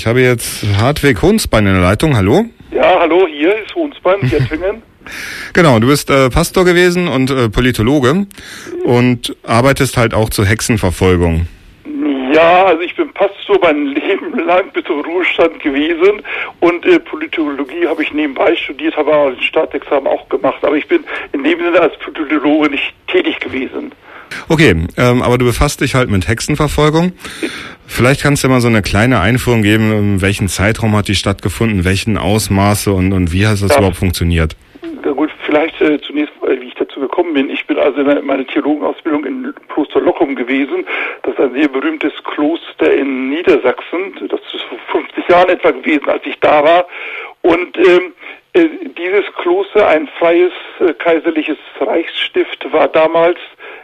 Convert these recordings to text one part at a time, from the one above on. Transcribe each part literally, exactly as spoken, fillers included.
Ich habe jetzt Hartwig Hunsbein in der Leitung. Hallo? Ja, hallo, hier ist Hunsbein, Gettingen. Genau, du bist äh, Pastor gewesen und äh, Politologe und arbeitest halt auch zur Hexenverfolgung. Ja, also ich bin Pastor mein Leben lang bis zum Ruhestand gewesen und äh, Politologie habe ich nebenbei studiert, habe auch ein Staatsexamen auch gemacht, aber ich bin in dem Sinne als Politologe nicht tätig gewesen. Okay, ähm, aber du befasst dich halt mit Hexenverfolgung. Vielleicht kannst du mal so eine kleine Einführung geben, in welchen Zeitraum hat die stattgefunden, welchen Ausmaße und, und wie hat das ja. überhaupt funktioniert? Ja gut, vielleicht äh, zunächst, äh, wie ich dazu gekommen bin. Ich bin also in meiner Theologenausbildung in Kloster Loccum gewesen. Das ist ein sehr berühmtes Kloster in Niedersachsen. Das ist vor fünfzig Jahren etwa gewesen, als ich da war. Und ähm, äh, dieses Kloster, ein freies äh, kaiserliches Reichsstift, war damals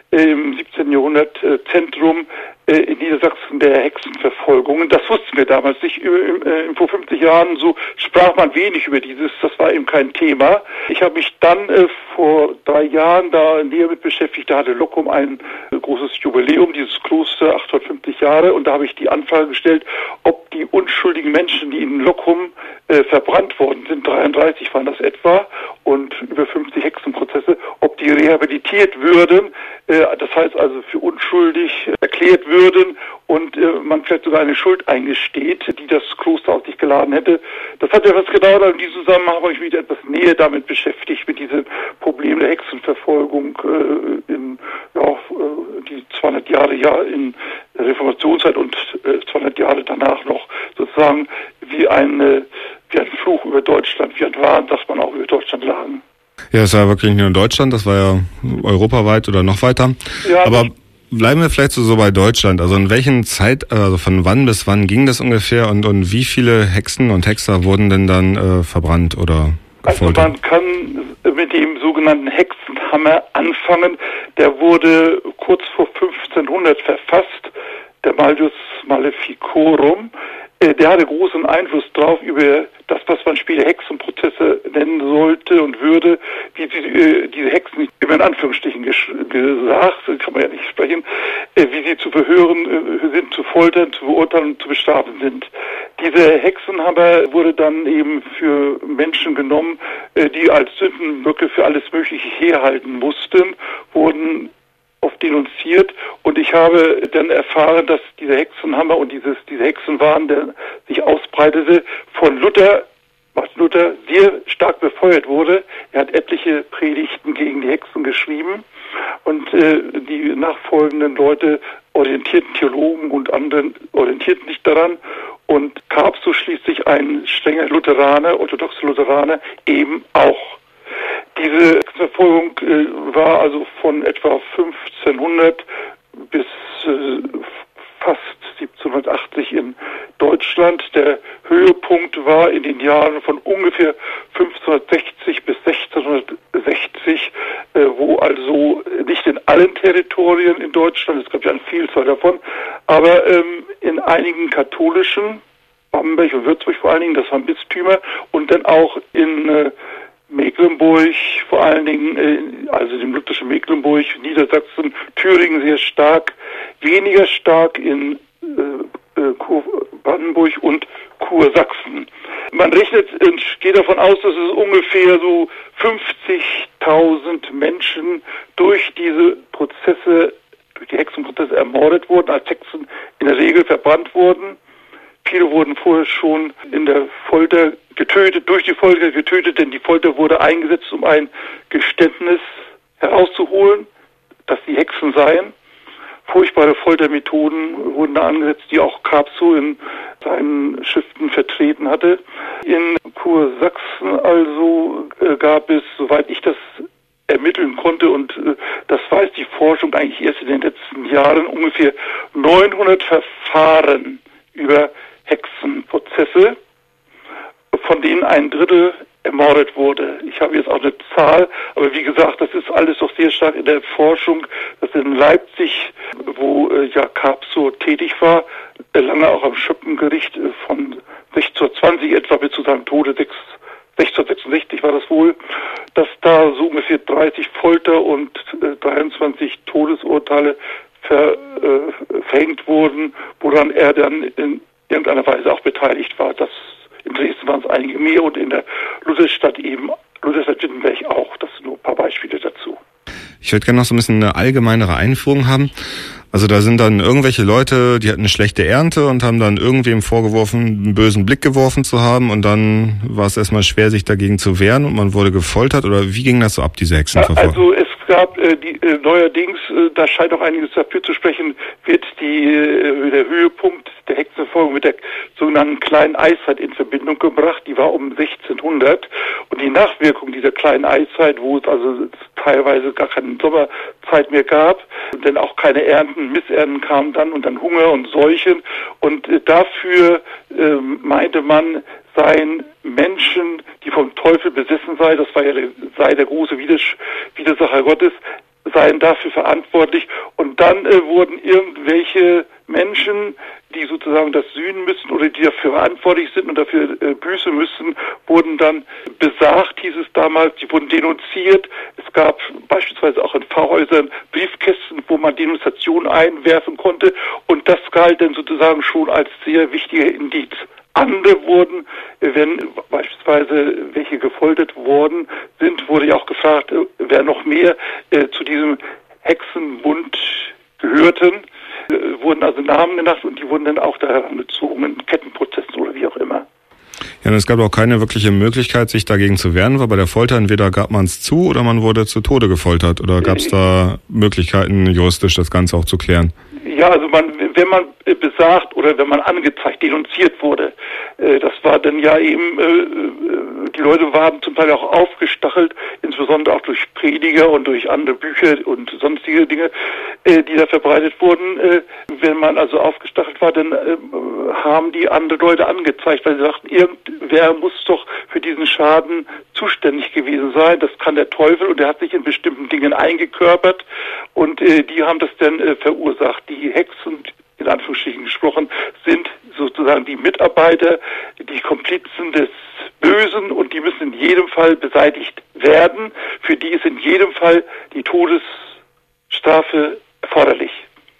im siebzehnten Jahrhundert äh, Zentrum äh, in Niedersachsen der Hexenverfolgung. Das wussten wir damals nicht. Äh, vor fünfzig Jahren so sprach man wenig über dieses, das war eben kein Thema. Ich habe mich dann äh, vor drei Jahren da näher mit beschäftigt. Da hatte Loccum ein äh, großes Jubiläum, dieses Kloster, achthundertfünfzig Jahre, und da habe ich die Anfrage gestellt, ob die unschuldigen Menschen, die in Loccum äh, verbrannt worden sind, dreiunddreißig waren das etwa, und über fünfzig Hexenprozesse, ob die rehabilitiert würden, äh, das heißt also für unschuldig erklärt würden und äh, man vielleicht sogar eine Schuld eingesteht, die das Kloster auf sich geladen hätte. Das hat ja was gedauert, aber in diesem Zusammenhang habe ich mich etwas näher damit beschäftigt, mit diesem Problem der Hexenverfolgung äh, in ja, äh, die zweihundert Jahre ja in der Reformationszeit und äh, zweihundert Jahre danach noch sozusagen wie ein, äh, wie ein Fluch über Deutschland, wie ein Wahn, sagt man auch, über Deutschland lagen. Ja, es war ja wirklich nicht nur in Deutschland, das war ja europaweit oder noch weiter. Ja, aber bleiben wir vielleicht so, so bei Deutschland. Also in welchen Zeit, also von wann bis wann ging das ungefähr und, und wie viele Hexen und Hexer wurden denn dann äh, verbrannt oder gefoltert? Also man kann mit dem sogenannten Hexenhammer anfangen. Der wurde kurz vor fünfzehnhundert verfasst, der Malleus Maleficorum. Der hatte großen Einfluss drauf über das, was man später Hexenprozesse nennen sollte und würde, wie sie, äh, diese Hexen, immer in Anführungsstrichen ges- gesagt, kann man ja nicht sprechen, äh, wie sie zu verhören äh, sind, zu foltern, zu beurteilen und zu bestrafen sind. Diese Hexenhammer wurde dann eben für Menschen genommen, äh, die als Sündenböcke für alles Mögliche herhalten mussten, wurden oft denunziert, und ich habe dann erfahren, dass dieser Hexenhammer und dieses, diese Hexenwahn, der sich ausbreitete, von Luther, Martin Luther, sehr stark befeuert wurde. Er hat etliche Predigten gegen die Hexen geschrieben, und äh, die nachfolgenden Leute, orientierten Theologen und anderen, orientierten sich daran, und Carpso schließlich, ein strenger Lutheraner, orthodoxer Lutheraner, eben auch. Diese Verfolgung äh, war also von etwa fünfzehnhundert bis äh, fast siebzehnhundertachtzig in Deutschland. Der Höhepunkt war in den Jahren von ungefähr fünfzehnhundertsechzig bis sechzehnhundertsechzig, äh, wo also nicht in allen Territorien in Deutschland, es gab ja eine Vielzahl davon, aber ähm, in einigen katholischen, Bamberg und Würzburg vor allen Dingen, das waren Bistümer, und dann auch in äh, Mecklenburg, vor allen Dingen, äh, also dem lutherischen Mecklenburg, Niedersachsen, Thüringen sehr stark, weniger stark in äh, äh, Brandenburg und Kursachsen. Man rechnet und geht davon aus, dass es ungefähr so fünfzigtausend Menschen durch diese Prozesse, durch die Hexenprozesse ermordet wurden, als Hexen in der Regel verbrannt wurden. Viele wurden vorher schon in der Folter getötet, durch die Folter getötet, denn die Folter wurde eingesetzt, um ein Geständnis herauszuholen, dass sie Hexen seien. Furchtbare Foltermethoden wurden da angesetzt, die auch Carpso in seinen Schriften vertreten hatte. In Kursachsen also äh, gab es, soweit ich das ermitteln konnte, und äh, das weiß die Forschung eigentlich erst in den letzten Jahren, ungefähr neunhundert Verfahren über Hexenprozesse, von denen ein Drittel ermordet wurde. Ich habe jetzt auch eine Zahl, aber wie gesagt, das ist alles doch sehr stark in der Forschung, dass in Leipzig, wo äh, ja Carpso tätig war, äh, lange auch am Schöppengericht äh, von sechzehnhundertzwanzig etwa bis zu seinem Tode, sechzehnhundertsechsundsechzig war das wohl, dass da so ungefähr dreißig Folter- und äh, dreiundzwanzig Todesurteile ver, äh, verhängt wurden, woran er dann in irgendeiner Weise auch beteiligt war das, in Dresden waren es einige mehr und in der Lutherstadt eben, Lutherstadt Wittenberg auch. Das sind nur ein paar Beispiele dazu. Ich würde gerne noch so ein bisschen eine allgemeinere Einführung haben. Also da sind dann irgendwelche Leute, die hatten eine schlechte Ernte und haben dann irgendwem vorgeworfen, einen bösen Blick geworfen zu haben und dann war es erstmal schwer, sich dagegen zu wehren und man wurde gefoltert oder wie ging das so ab, diese Hexenverfolgung? Also es gab äh, die, äh, neuerdings, äh, da scheint auch einiges dafür zu sprechen, wird die, äh, der Höhepunkt der Hexenverfolgung mit der sogenannten kleinen Eiszeit in Verbindung gebracht. Die war um sechzehnhundert und die Nachwirkung dieser kleinen Eiszeit, wo es also teilweise gar keine Sommerzeit mehr gab, denn auch keine Ernten, Missernten kamen dann und dann Hunger und Seuchen und äh, dafür äh, meinte man, seien Menschen, die vom Teufel besessen seien, das war ja der, sei der große Widersacher Gottes, seien dafür verantwortlich und dann äh, wurden irgendwelche Menschen, die sozusagen das sühnen müssen oder die dafür verantwortlich sind und dafür äh, büßen müssen, wurden dann besagt, hieß es damals, die wurden denunziert. Es gab beispielsweise auch in Pfarrhäusern Briefkästen, wo man Denunziationen einwerfen konnte und das galt dann sozusagen schon als sehr wichtiger Indiz. Andere wurden, wenn beispielsweise welche gefoltert worden sind, wurde ja auch gefragt, wer noch mehr äh, zu diesem Hexenbund gehörten, äh, wurden also Namen genannt und die wurden dann auch da herangezogen in Kettenprozessen oder wie auch immer. Ja, und es gab auch keine wirkliche Möglichkeit, sich dagegen zu wehren, weil bei der Folter entweder gab man es zu oder man wurde zu Tode gefoltert oder gab es da Möglichkeiten, juristisch das Ganze auch zu klären? Ja, also man, wenn man besagt oder wenn man angezeigt, denunziert wurde, äh, das war dann ja eben, äh, die Leute waren zum Teil auch aufgestachelt, insbesondere auch durch Prediger und durch andere Bücher und sonstige Dinge, äh, die da verbreitet wurden. Äh, wenn man also aufgestachelt war, dann äh, haben die andere Leute angezeigt, weil sie sagten, irgendwer muss doch für diesen Schaden zuständig gewesen sein. Das kann der Teufel und der hat sich in bestimmten Dingen eingekörpert und äh, die haben das dann äh, verursacht. Die Hexen, in Anführungsstrichen gesprochen, sind sozusagen die Mitarbeiter, die Komplizen des Bösen und die müssen in jedem Fall beseitigt werden. Für die ist in jedem Fall die Todesstrafe erforderlich.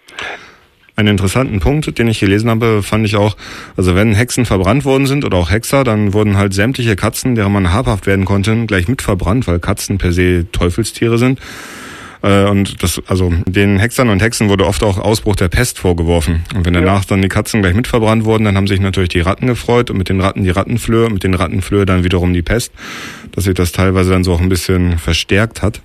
Einen interessanten Punkt, den ich gelesen habe, fand ich auch, also wenn Hexen verbrannt worden sind oder auch Hexer, dann wurden halt sämtliche Katzen, deren man habhaft werden konnte, gleich mit verbrannt, weil Katzen per se Teufelstiere sind. Und das, also den Hexern und Hexen wurde oft auch Ausbruch der Pest vorgeworfen. Und wenn danach dann die Katzen gleich mit verbrannt wurden, dann haben sich natürlich die Ratten gefreut und mit den Ratten die Rattenflöhe, mit den Rattenflöhe dann wiederum die Pest, dass sich das teilweise dann so auch ein bisschen verstärkt hat.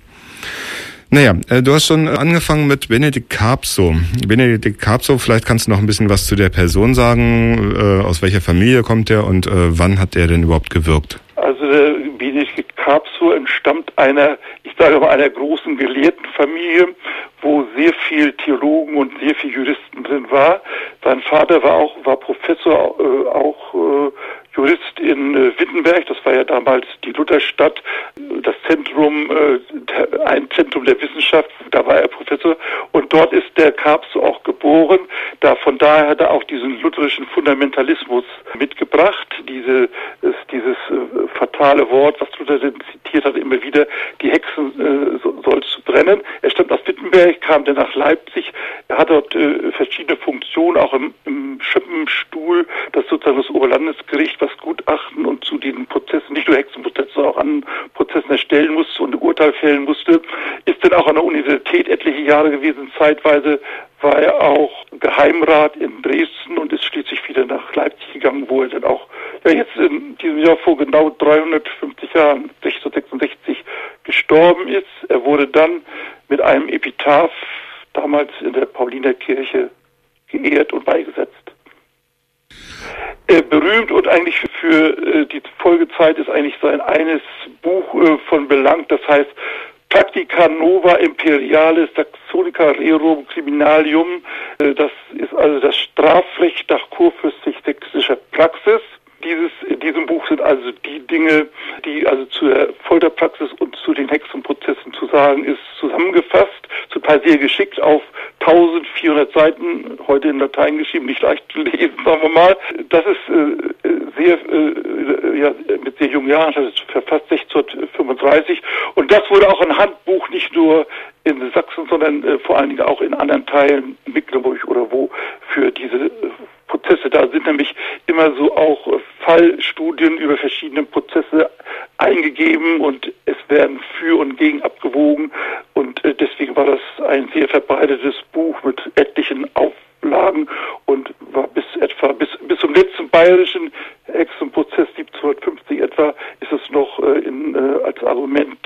Naja, du hast schon angefangen mit Benedikt Carpso. Benedikt Carpso, vielleicht kannst du noch ein bisschen was zu der Person sagen, aus welcher Familie kommt er und wann hat er denn überhaupt gewirkt? Also der Benedikt Carpso entstammt einer, ich sage mal, einer großen Gelehrtenfamilie, wo sehr viel Theologen und sehr viel Juristen drin war. Sein Vater war auch war Professor, äh, auch äh, Jurist in äh, Wittenberg. Das war ja damals die Lutherstadt, das Zentrum, äh, der, ein Zentrum der Wissenschaft. Da war er Professor und dort ist der Carpso auch geboren. Da von daher hat er auch diesen lutherischen Fundamentalismus mitgebracht. Diese ist dieses äh, fatale Wort, was Luther zitiert hat, immer wieder: Die Hexen äh, so, sollst du brennen. Er stammt aus Wittenberg, kam dann nach Leipzig. Er hat dort äh, verschiedene Funktionen, auch im, im Schöppenstuhl, das sozusagen das Oberlandesgericht, was Gutachten und zu diesen Prozessen, nicht nur Hexenprozessen, sondern auch an Prozessen erstellen musste und ein Urteil fällen musste. Ist dann auch an der Universität etliche Jahre gewesen. Zeitweise war er auch Geheimrat in Dresden und ist schließlich wieder nach Leipzig gegangen, wo er dann auch ja jetzt in diesem Jahr vor genau dreihundertfünfzig Jahren, sechzehnhundertsechsundsechzig, gestorben ist. Er wurde dann mit einem Epitaph damals in der Paulinerkirche geehrt und beigesetzt. Äh, berühmt und eigentlich für äh, die Folgezeit ist eigentlich sein eines Buch äh, von Belang, das heißt Practica Nova Imperialis Saxonica Rerum Criminalium. Äh, das ist also das Strafrecht nach kurfürstlich-sächsischer Praxis. Dieses, in diesem Buch sind also die Dinge, die also zur Folterpraxis und zu den Hexenprozessen zu sagen ist, zusammengefasst, zum Teil sehr geschickt auf eintausendvierhundert Seiten, heute in Latein geschrieben, nicht leicht zu lesen, sagen wir mal. Das ist äh, sehr, äh, ja, mit sehr jungen Jahren, das ist verfasst sechzehnhundertfünfunddreißig und das wurde auch ein Handbuch, nicht nur in Sachsen, sondern äh, vor allen Dingen auch in anderen Teilen, Mecklenburg oder wo, für diese äh, Prozesse. Da sind nämlich immer so auch Fallstudien über verschiedene Prozesse eingegeben und es werden für und gegen abgewogen und deswegen war das ein sehr verbreitetes Buch mit etlichen Auflagen und war bis etwa bis bis zum letzten bayerischen Hexenprozess siebzehnhundertfünfzig etwa ist es noch in, als Argument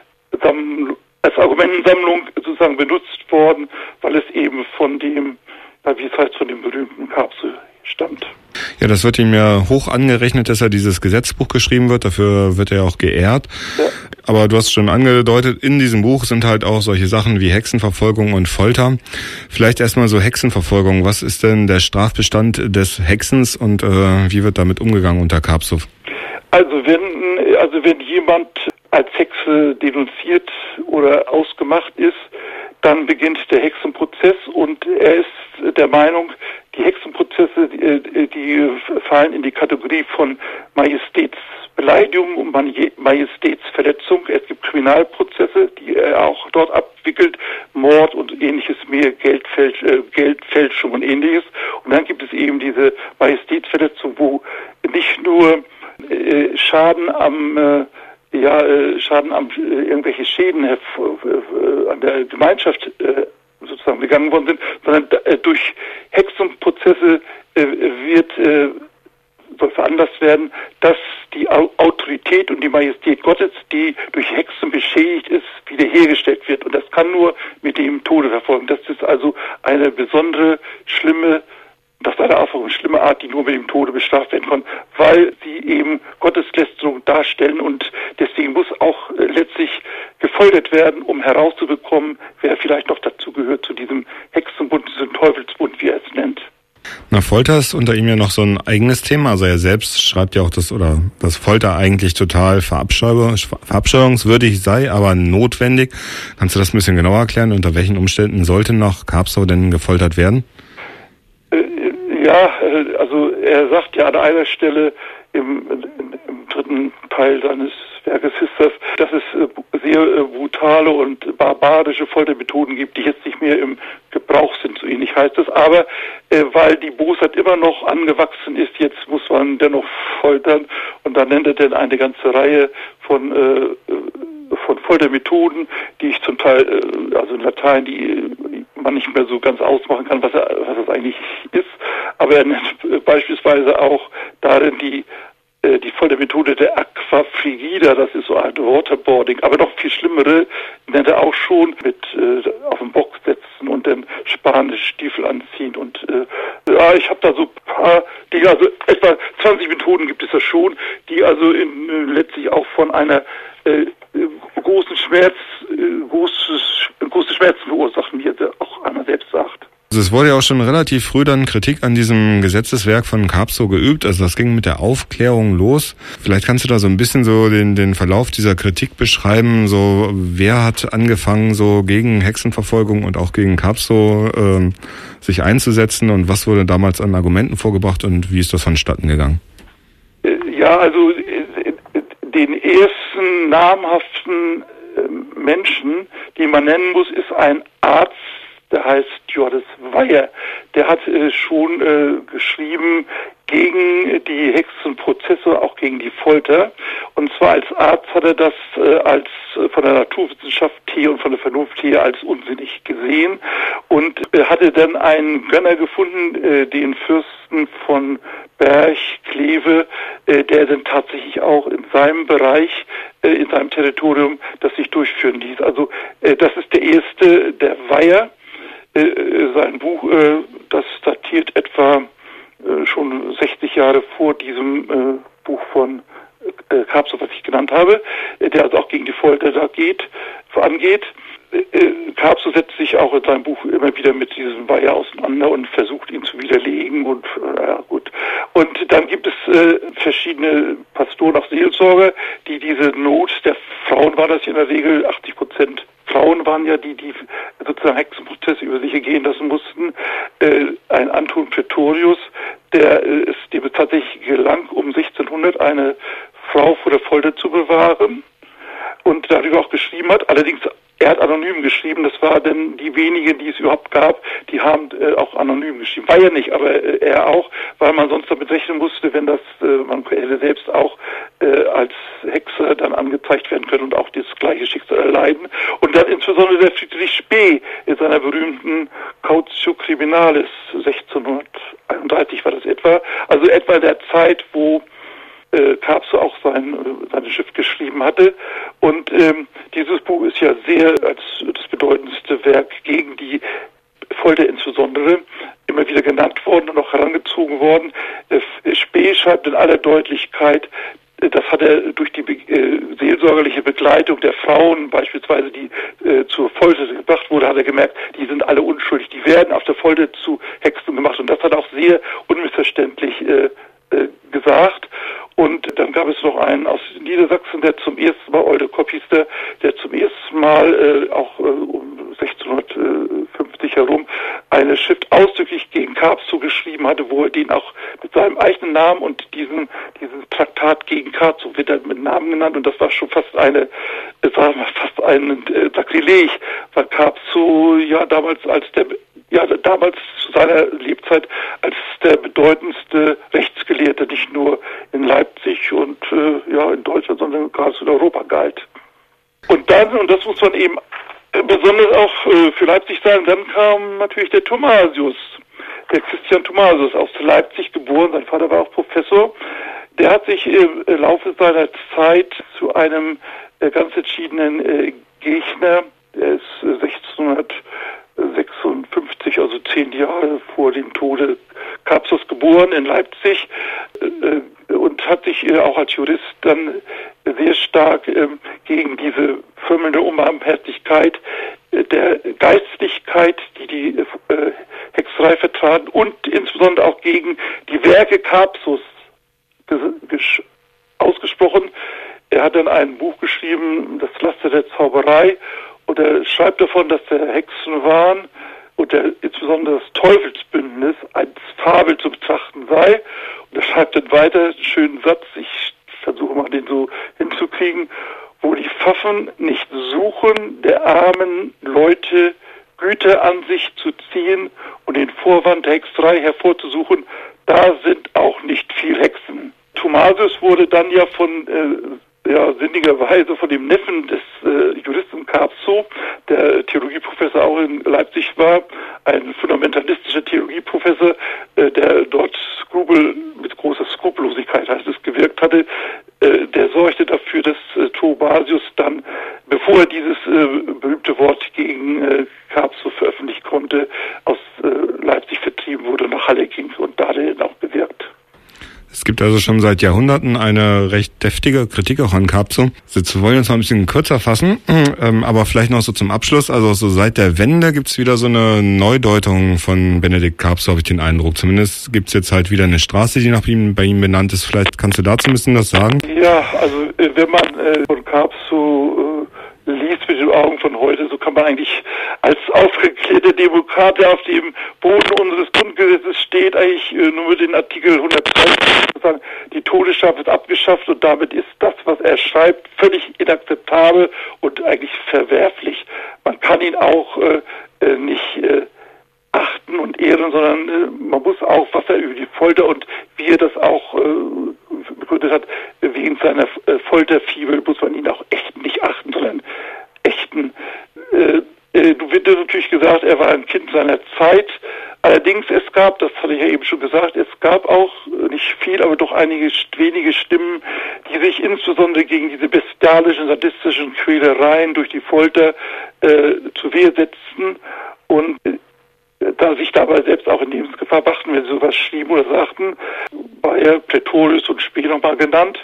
als Argumentensammlung sozusagen benutzt worden, weil es eben von dem, wie es heißt, von dem berühmten Karpse stammt. Ja, das wird ihm ja hoch angerechnet, dass er dieses Gesetzbuch geschrieben wird. Dafür wird er auch geehrt. Ja. Aber du hast schon angedeutet, in diesem Buch sind halt auch solche Sachen wie Hexenverfolgung und Folter. Vielleicht erstmal so Hexenverfolgung. Was ist denn der Strafbestand des Hexens und äh, wie wird damit umgegangen unter Karpsow? Also wenn, also wenn jemand als Hexe denunziert oder ausgemacht ist, dann beginnt der Hexenprozess und er ist der Meinung, die Hexenprozesse, die, die fallen in die Kategorie von Majestätsbeleidigung und Majestätsverletzung. Es gibt Kriminalprozesse, die er auch dort abwickelt, Mord und ähnliches mehr, Geldfälsch, äh, Geldfälschung und ähnliches. Und dann gibt es eben diese Majestätsverletzung, wo nicht nur äh, Schaden am äh, ja, äh, Schaden am äh, irgendwelche Schäden äh, an der Gemeinschaft äh, sozusagen begangen worden sind, sondern äh, durch Hexenprozesse äh, wird äh, soll veranlasst werden, dass die Autorität und die Majestät Gottes, die durch Hexen beschädigt ist, wiederhergestellt wird. Und das kann nur mit dem Tode verfolgen. Das ist also eine besondere, schlimme, das war auch eine schlimme Art, die nur mit dem Tode bestraft werden kann, weil sie eben Gotteslästerung darstellen und deswegen muss auch äh, letztlich gefoltert werden, um herauszubekommen, wer vielleicht noch dazu gehört, zu diesem Hexenbund, diesem Teufelsbund, wie er es nennt. Na, Folter ist unter ihm ja noch so ein eigenes Thema. Also er selbst schreibt ja auch, dass oder dass Folter eigentlich total verabscheuungswürdig sei, aber notwendig. Kannst du das ein bisschen genauer erklären? Unter welchen Umständen sollte nach Karpsow denn gefoltert werden? Ja, also er sagt ja an einer Stelle im, im dritten Teil seines Werkes ist das, dass es sehr brutale und barbarische Foltermethoden gibt, die jetzt nicht mehr im Gebrauch sind, so ähnlich heißt es. Aber äh, weil die Bosheit immer noch angewachsen ist, jetzt muss man dennoch foltern und dann nennt er dann eine ganze Reihe von äh, von Foltermethoden, die ich zum Teil, äh, also in Latein, die man nicht mehr so ganz ausmachen kann, was, er, was das eigentlich ist. Aber er nennt beispielsweise auch darin die die Foltermethode der Aquafrigida, das ist so ein Waterboarding, aber noch viel schlimmere nennt er auch schon mit äh, auf den Bock setzen und dann spanische Stiefel anziehen und äh, ja, ich habe da so ein paar Dinge, also etwa zwanzig Methoden gibt es da schon, die also in, äh, letztlich auch von einer äh, großen Schmerz, äh, großes, große Schmerzen verursachen, wie er auch einer selbst sagt. Also es wurde ja auch schon relativ früh dann Kritik an diesem Gesetzeswerk von Karpsow geübt. Also das ging mit der Aufklärung los. Vielleicht kannst du da so ein bisschen so den, den Verlauf dieser Kritik beschreiben. So, wer hat angefangen, so gegen Hexenverfolgung und auch gegen Karpsow ähm, sich einzusetzen und was wurde damals an Argumenten vorgebracht und wie ist das vonstatten gegangen? Ja, also den ersten namhaften Menschen, den man nennen muss, ist ein Arzt, der heißt Johannes Weyer. Der hat äh, schon äh, geschrieben gegen die Hexenprozesse, auch gegen die Folter. Und zwar als Arzt hat er das äh, als äh, von der Naturwissenschaft her und von der Vernunft her als unsinnig gesehen und äh, hatte dann einen Gönner gefunden, äh, den Fürsten von Berg-Kleve, äh, der dann tatsächlich auch in seinem Bereich, äh, in seinem Territorium, das sich durchführen ließ. Also äh, das ist der erste, der Weyer. Äh, sein Buch, äh, das datiert etwa äh, schon sechzig Jahre vor diesem äh, Buch von äh, Karpsow, was ich genannt habe, äh, der also auch gegen die Folter da geht, angeht. Äh, Karpsow setzt sich auch in seinem Buch immer wieder mit diesem Weyer auseinander und versucht ihn zu widerlegen und äh, ja gut. Und dann gibt es äh, verschiedene Pastoren, auch Seelsorger, die diese Not der Frauen, war das in der Regel achtzig Prozent Frauen waren ja die, die sozusagen Hexenprozesse über sich ergehen lassen mussten. Äh, ein Anton Pretorius, der äh, es dem tatsächlich gelang, um sechzehnhundert eine Frau vor der Folter zu bewahren und darüber auch geschrieben hat. Allerdings er hat anonym geschrieben, das war denn die wenigen, die es überhaupt gab, die haben äh, auch anonym geschrieben. War ja nicht, aber äh, er auch, weil man sonst damit rechnen musste, wenn das, äh, man hätte selbst auch äh, als Hexer dann angezeigt werden können und auch das gleiche Schicksal erleiden. Und dann insbesondere der Friedrich Spee in seiner berühmten Cautio Criminalis, sechzehnhunderteinunddreißig war das etwa, also etwa der Zeit, wo äh, Carpezzo auch sein, seine Schrift geschrieben hatte. Und ähm, dieses Buch ist ja sehr als das bedeutendste Werk gegen die Folter insbesondere immer wieder genannt worden und auch herangezogen worden. Äh, Spee schreibt in aller Deutlichkeit, das hat er durch die äh, seelsorgerliche Begleitung der Frauen, beispielsweise die äh, zur Folter gebracht wurde, hat er gemerkt, die sind alle unschuldig, die werden auf der Folter zu Hexen gemacht. Und das hat er auch sehr unmissverständlich äh, äh, gesagt. Und dann gab es noch einen aus Niedersachsen, der zum ersten Mal, Olde Kopp hieß der, der zum ersten Mal äh, auch äh, um sechzehnhundertfünfzig herum eine Schrift ausdrücklich gegen Carpezzo geschrieben hatte, wo er den auch mit seinem eigenen Namen und diesen, diesen Traktat gegen Carpezzo wird er mit Namen genannt, und das war schon fast eine, äh, sagen wir, fast ein äh, Sakrileg, weil Carpezzo ja damals als der ja damals zu seiner Lebzeit als der bedeutendste Rechtsgelehrte nicht nur in Leipzig und äh, ja in Deutschland, sondern gerade in Europa galt. Und dann, und das muss man eben äh, besonders auch äh, für Leipzig sagen, dann kam natürlich der Thomasius, der Christian Thomasius aus Leipzig geboren, sein Vater war auch Professor. Der hat sich im äh, Laufe seiner Zeit zu einem äh, ganz entschiedenen äh, Gegner, der ist äh, sechzehnhundertsechsundfünfzig, also zehn Jahre vor dem Tode Carpezos geboren in Leipzig, äh, und hat sich äh, auch als Jurist dann sehr stark äh, gegen diese firmelnde Unbarmherzigkeit äh, der Geistlichkeit, die die äh, Hexerei vertraten, und insbesondere auch gegen die Werke Carpezos ausgesprochen. Er hat dann ein Buch geschrieben, Das Laster der Zauberei, und er schreibt davon, dass der Hexenwahn und der, insbesondere das Teufelsbündnis als Fabel zu betrachten sei. Und er schreibt dann weiter, einen schönen Satz, ich versuche mal den so hinzukriegen: Wo die Pfaffen nicht suchen, der armen Leute Güter an sich zu ziehen und den Vorwand der Hexerei hervorzusuchen, da sind auch nicht viel Hexen. Thomasius wurde dann ja von äh, ja, sinnigerweise von dem Neffen des äh, Juristen Carpezzo, der Theologieprofessor auch in Leipzig war, ein fundamentalistischer Theologieprofessor, äh, der dort Skrupel, mit großer Skrupellosigkeit heißt es, gewirkt hatte, äh, der sorgte dafür, dass äh, Thomasius dann, bevor er dieses äh, berühmte Wort gegen äh, Carpezzo veröffentlichen konnte, aus äh, Leipzig vertrieben wurde und nach Halle ging, und da hat er auch gewirkt. Es gibt also schon seit Jahrhunderten eine recht deftige Kritik auch an Carpezzo. Wir wollen uns mal ein bisschen kürzer fassen, aber vielleicht noch so zum Abschluss. Also so seit der Wende gibt's wieder so eine Neudeutung von Benedikt Carpezzo, habe ich den Eindruck. Zumindest gibt's jetzt halt wieder eine Straße, die nach ihm, bei ihm benannt ist. Vielleicht kannst du dazu ein bisschen was sagen? Ja, also wenn man äh, von Carpezzo äh, liest mit den Augen von heute, so kann man eigentlich als aufgeklärter Demokrat, der auf dem Boden unseres Grundgesetzes steht, eigentlich äh, nur mit den Artikel hundertzwanzig sagen, die Todesstrafe ist abgeschafft, und damit ist das, was er schreibt, völlig inakzeptabel und eigentlich verwerflich. Man kann ihn auch äh, äh, nicht äh, achten und ehren, sondern äh, man muss auch, was er über die Folter und wie er das auch äh, begründet hat, wegen seiner äh, Folterfibel, muss man ihn auch echt nicht achten, sondern echten. Äh, äh, du wird natürlich gesagt, er war ein Kind seiner Zeit. Allerdings, es gab, das hatte ich ja eben schon gesagt, es gab auch nicht viel, aber doch einige wenige Stimmen, die sich insbesondere gegen diese bestialischen, sadistischen Quälereien durch die Folter äh, zur Wehr setzten und äh, da sich dabei selbst auch in Lebensgefahr brachten, wenn sie sowas schrieben oder sagten, war er Praetorius und Spee nochmal genannt.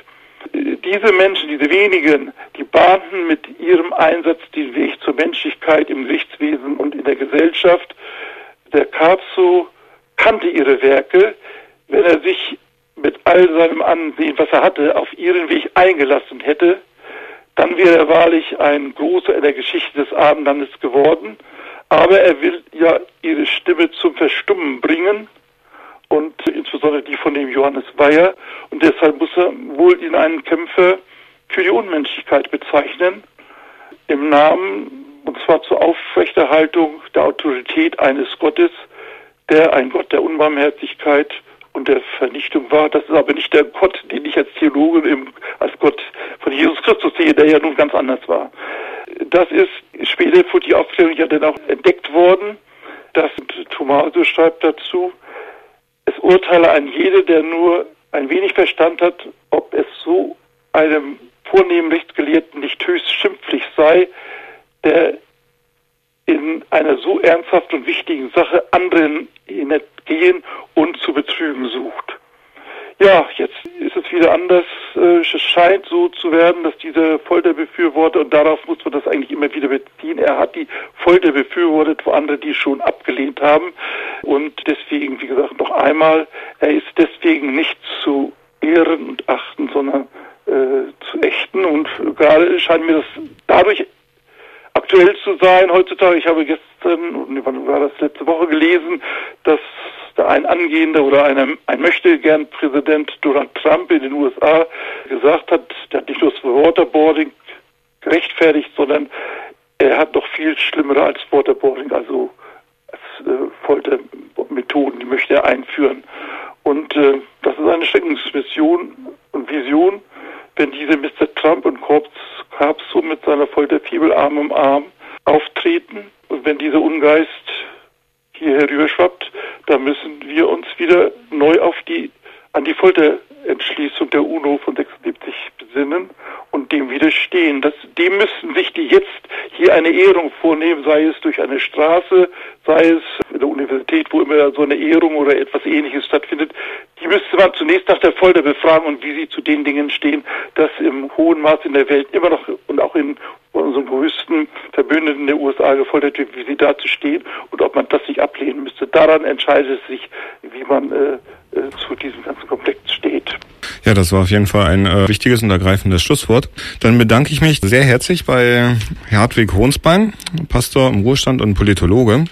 Diese Menschen, diese wenigen, die bahnten mit ihrem Einsatz den Weg zur Menschlichkeit im Gerichtswesen und in der Gesellschaft. Der Carpezzo kannte ihre Werke. Wenn er sich mit all seinem Ansehen, was er hatte, auf ihren Weg eingelassen hätte, dann wäre er wahrlich ein Großer in der Geschichte des Abendlandes geworden. Aber er will ja ihre Stimme zum Verstummen bringen, und insbesondere die von dem Johannes Weyer. Und deshalb muss er wohl ihn einen Kämpfer für die Unmenschlichkeit bezeichnen. Im Namen und zwar zur Aufrechterhaltung der Autorität eines Gottes, der ein Gott der Unbarmherzigkeit und der Vernichtung war. Das ist aber nicht der Gott, den ich als Theologe im, als Gott von Jesus Christus sehe, der ja nun ganz anders war. Das ist später für die Aufklärung ja dann auch entdeckt worden. Das Tommaso schreibt dazu, es urteile ein jeder, der nur ein wenig Verstand hat, ob es so einem vornehmen Rechtsgelehrten nicht höchst schimpflich sei, der in einer so ernsthaft und wichtigen Sache anderen hinentgehen und zu betrügen sucht. Ja, jetzt ist es wieder anders. Es scheint so zu werden, dass dieser Folterbefürworter, und darauf muss man das eigentlich immer wieder beziehen, er hat die Folter befürwortet für andere, die schon abgelehnt haben. Und deswegen, wie gesagt, noch einmal, er ist deswegen nicht zu ehren und achten, sondern äh, zu ächten. Und gerade scheint mir das dadurch aktuell zu sein heutzutage. Ich habe gestern, wann war das, letzte Woche gelesen, dass da ein angehender oder ein, ein Möchtegern-Präsident Donald Trump in den U S A gesagt hat, der hat nicht nur das Waterboarding gerechtfertigt, sondern er hat noch viel schlimmere als Waterboarding, also als äh, Foltermethoden, die möchte er einführen. Und äh, das ist eine Schreckensmission und Vision, wenn diese Mister Trump und Korps so mit seiner Folterfibel Arm um Arm auftreten und wenn dieser Ungeist hier herüberschwappt, dann müssen wir uns wieder neu auf die an die Folterentschließung der UNO von sechsundsiebzig besinnen und dem widerstehen. Das, dem müssen sich die jetzt hier eine Ehrung vornehmen, sei es durch eine Straße, sei es in der Universität, wo immer so eine Ehrung oder etwas Ähnliches stattfindet. Die müsste man zunächst nach der Folter befragen und wie sie zu den Dingen stehen, dass im hohen Maß in der Welt immer noch und auch in unseren größten Verbündeten der U S A gefoltert wird, wie sie dazu stehen und ob man das nicht ablehnen müsste. Daran entscheidet es sich, wie man äh, äh, zu diesem ganzen Komplex steht. Ja, das war auf jeden Fall ein äh, wichtiges und ergreifendes Schlusswort. Dann bedanke ich mich sehr herzlich bei Hartwig Hohnsbein, Pastor im Ruhestand und Politologe.